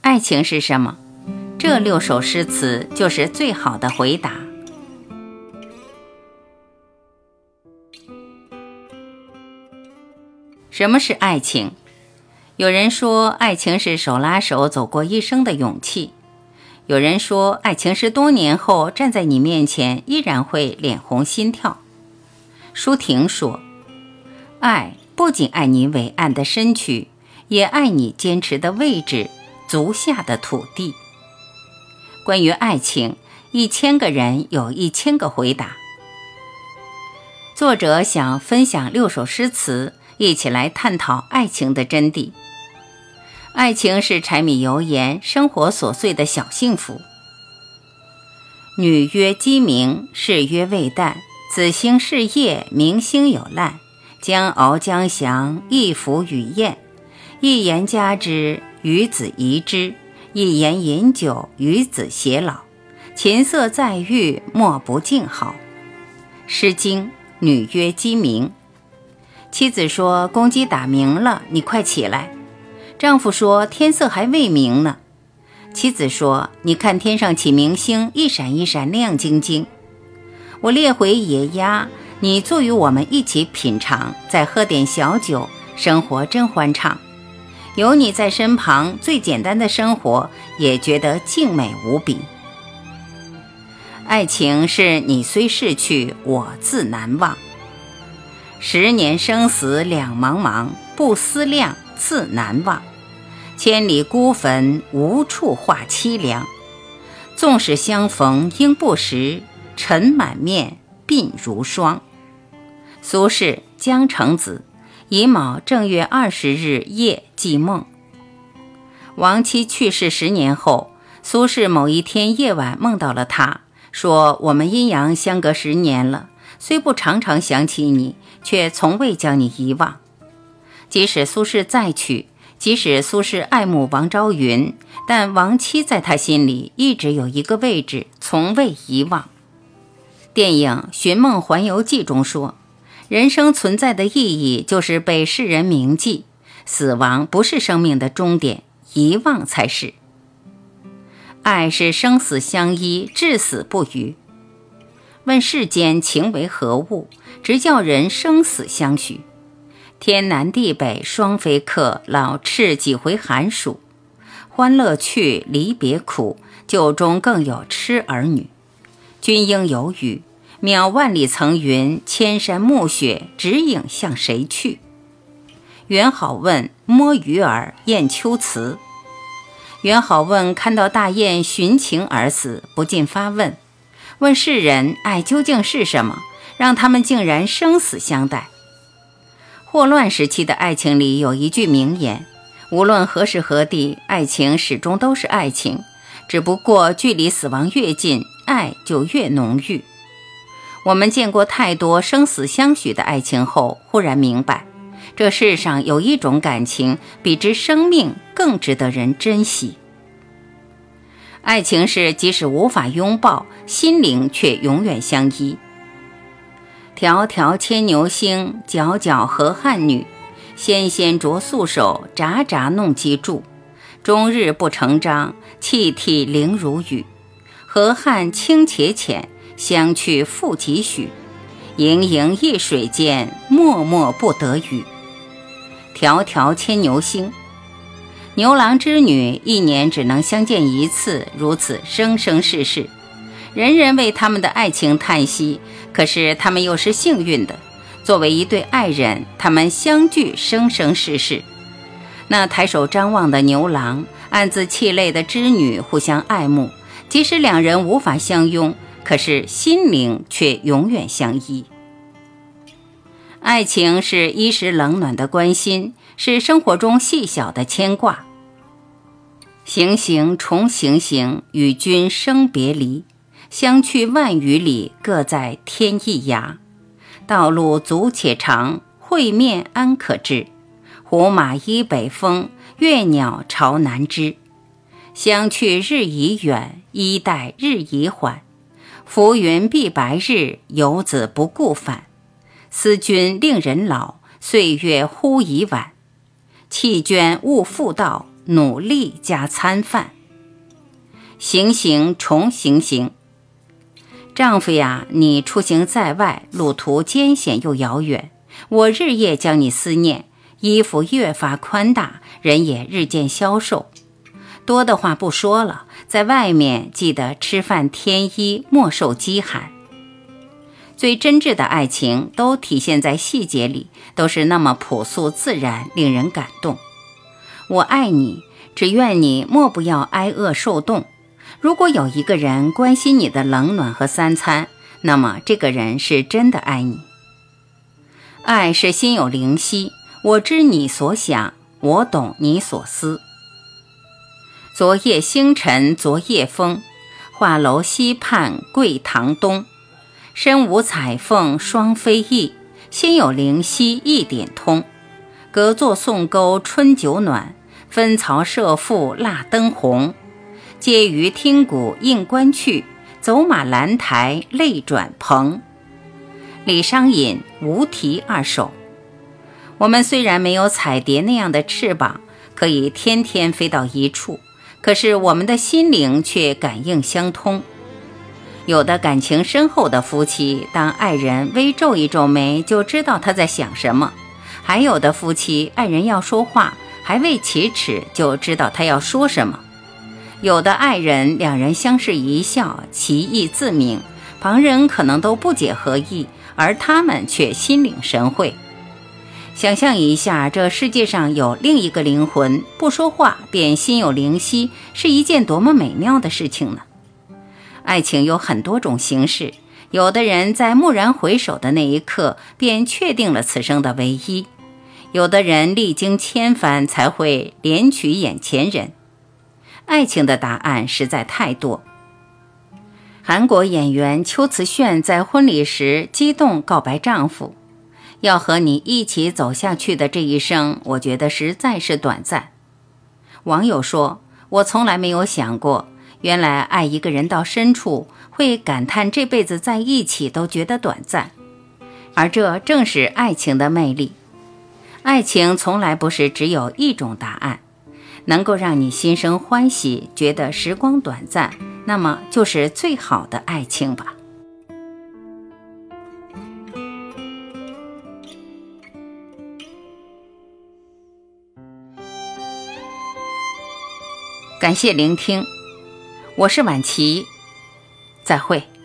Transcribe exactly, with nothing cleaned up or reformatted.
爱情是什么？这六首诗词就是最好的回答。什么是爱情？有人说爱情是手拉手走过一生的勇气，有人说爱情是多年后站在你面前依然会脸红心跳。舒婷说，爱不仅爱你伟岸的身躯，也爱你坚持的位置，足下的土地。关于爱情，一千个人有一千个回答。作者想分享六首诗词，一起来探讨爱情的真谛。爱情是柴米油盐生活琐碎的小幸福。女曰鸡鸣，士曰未旦，子兴事业，明星有滥，将翱将降，一服与燕。一言加之，与子宜之；一言饮酒，与子偕老。琴瑟在御，莫不敬好。诗经，女曰鸡鸣。妻子说，公鸡打鸣了，你快起来。丈夫说，天色还未明呢。妻子说，你看天上起明星，一闪一闪亮晶晶。我猎回野鸭，你坐与我们一起品尝，再喝点小酒，生活真欢畅。有你在身旁，最简单的生活也觉得静美无比。爱情是你虽逝去，我自难忘。十年生死两茫茫，不思量，自难忘。千里孤坟，无处话凄凉。纵使相逢应不识，尘满面，鬓如霜。苏轼，江城子，乙卯正月二十日夜祭梦。亡妻去世十年后，苏轼某一天夜晚梦到了他，说我们阴阳相隔十年了，虽不常常想起你，却从未将你遗忘。即使苏轼再娶，即使苏轼爱慕王昭云，但亡妻在他心里一直有一个位置，从未遗忘。电影《寻梦环游记》中说，人生存在的意义就是被世人铭记，死亡不是生命的终点，遗忘才是。爱是生死相依，至死不渝。问世间情为何物，直叫人生死相许。天南地北双飞客，老翅几回寒暑。欢乐去，离别苦，酒中更有痴儿女。君应有语，渺万里层云，千山暮雪，指引向谁去？元好问，摸鱼儿，雁秋词。元好问看到大雁寻情而死，不禁发问，问世人爱究竟是什么，让他们竟然生死相待。霍乱时期的爱情里有一句名言，无论何时何地，爱情始终都是爱情，只不过距离死亡越近，爱就越浓郁。我们见过太多生死相许的爱情后，忽然明白，这世上有一种感情比之生命更值得人珍惜。爱情是即使无法拥抱，心灵却永远相依。迢迢牵牛星，皎皎河汉女。纤纤擢素手，札札弄机杼。终日不成章，泣涕零如雨。河汉清且浅，相去复几许。盈盈一水间，脉脉不得语。迢迢牵牛星，牛郎织女一年只能相见一次，如此生生世世。人人为他们的爱情叹息，可是他们又是幸运的，作为一对爱人，他们相聚生生世世。那抬手张望的牛郎，暗自泣泪的织女互相爱慕，即使两人无法相拥，可是心灵却永远相依。爱情是衣食冷暖的关心，是生活中细小的牵挂。行行重行行，与君生别离。相去万余里，各在天一涯。道路阻且长，会面安可知？胡马依北风，月鸟朝南枝。相去日已远，衣带日已缓。浮云蔽白日，游子不顾返。思君令人老，岁月忽已晚。弃捐勿复到， 努力加参饭。行行重行行。丈夫呀，你出行在外，路途艰险又遥远，我日夜将你思念，衣服越发宽大，人也日渐消瘦。多的话不说了，在外面记得吃饭添衣，莫受饥寒。最真挚的爱情都体现在细节里，都是那么朴素自然，令人感动。我爱你，只愿你莫不要挨饿受冻。如果有一个人关心你的冷暖和三餐，那么这个人是真的爱你。爱是心有灵犀，我知你所想，我懂你所思。昨夜星辰昨夜风，画楼西畔桂堂东。身无彩凤双飞翼，心有灵犀一点通。隔座送钩春酒暖，分曹射覆蜡灯红。皆于听鼓应官去，走马兰台泪转蓬。李商隐无题二首。我们虽然没有彩蝶那样的翅膀，可以天天飞到一处，可是我们的心灵却感应相通。有的感情深厚的夫妻，当爱人微皱一皱眉，就知道他在想什么；还有的夫妻，爱人要说话，还未启齿，就知道他要说什么。有的爱人，两人相视一笑，其意自明，旁人可能都不解何意，而他们却心领神会。想象一下，这世界上有另一个灵魂，不说话便心有灵犀，是一件多么美妙的事情呢？爱情有很多种形式，有的人在蓦然回首的那一刻，便确定了此生的唯一；有的人历经千帆才会怜取眼前人。爱情的答案实在太多。韩国演员邱瓷炫在婚礼时激动告白丈夫，要和你一起走下去的这一生，我觉得实在是短暂。网友说，我从来没有想过，原来爱一个人到深处，会感叹这辈子在一起都觉得短暂。而这正是爱情的魅力。爱情从来不是只有一种答案，能够让你心生欢喜，觉得时光短暂，那么就是最好的爱情吧。感谢聆听，我是婉琪，再会。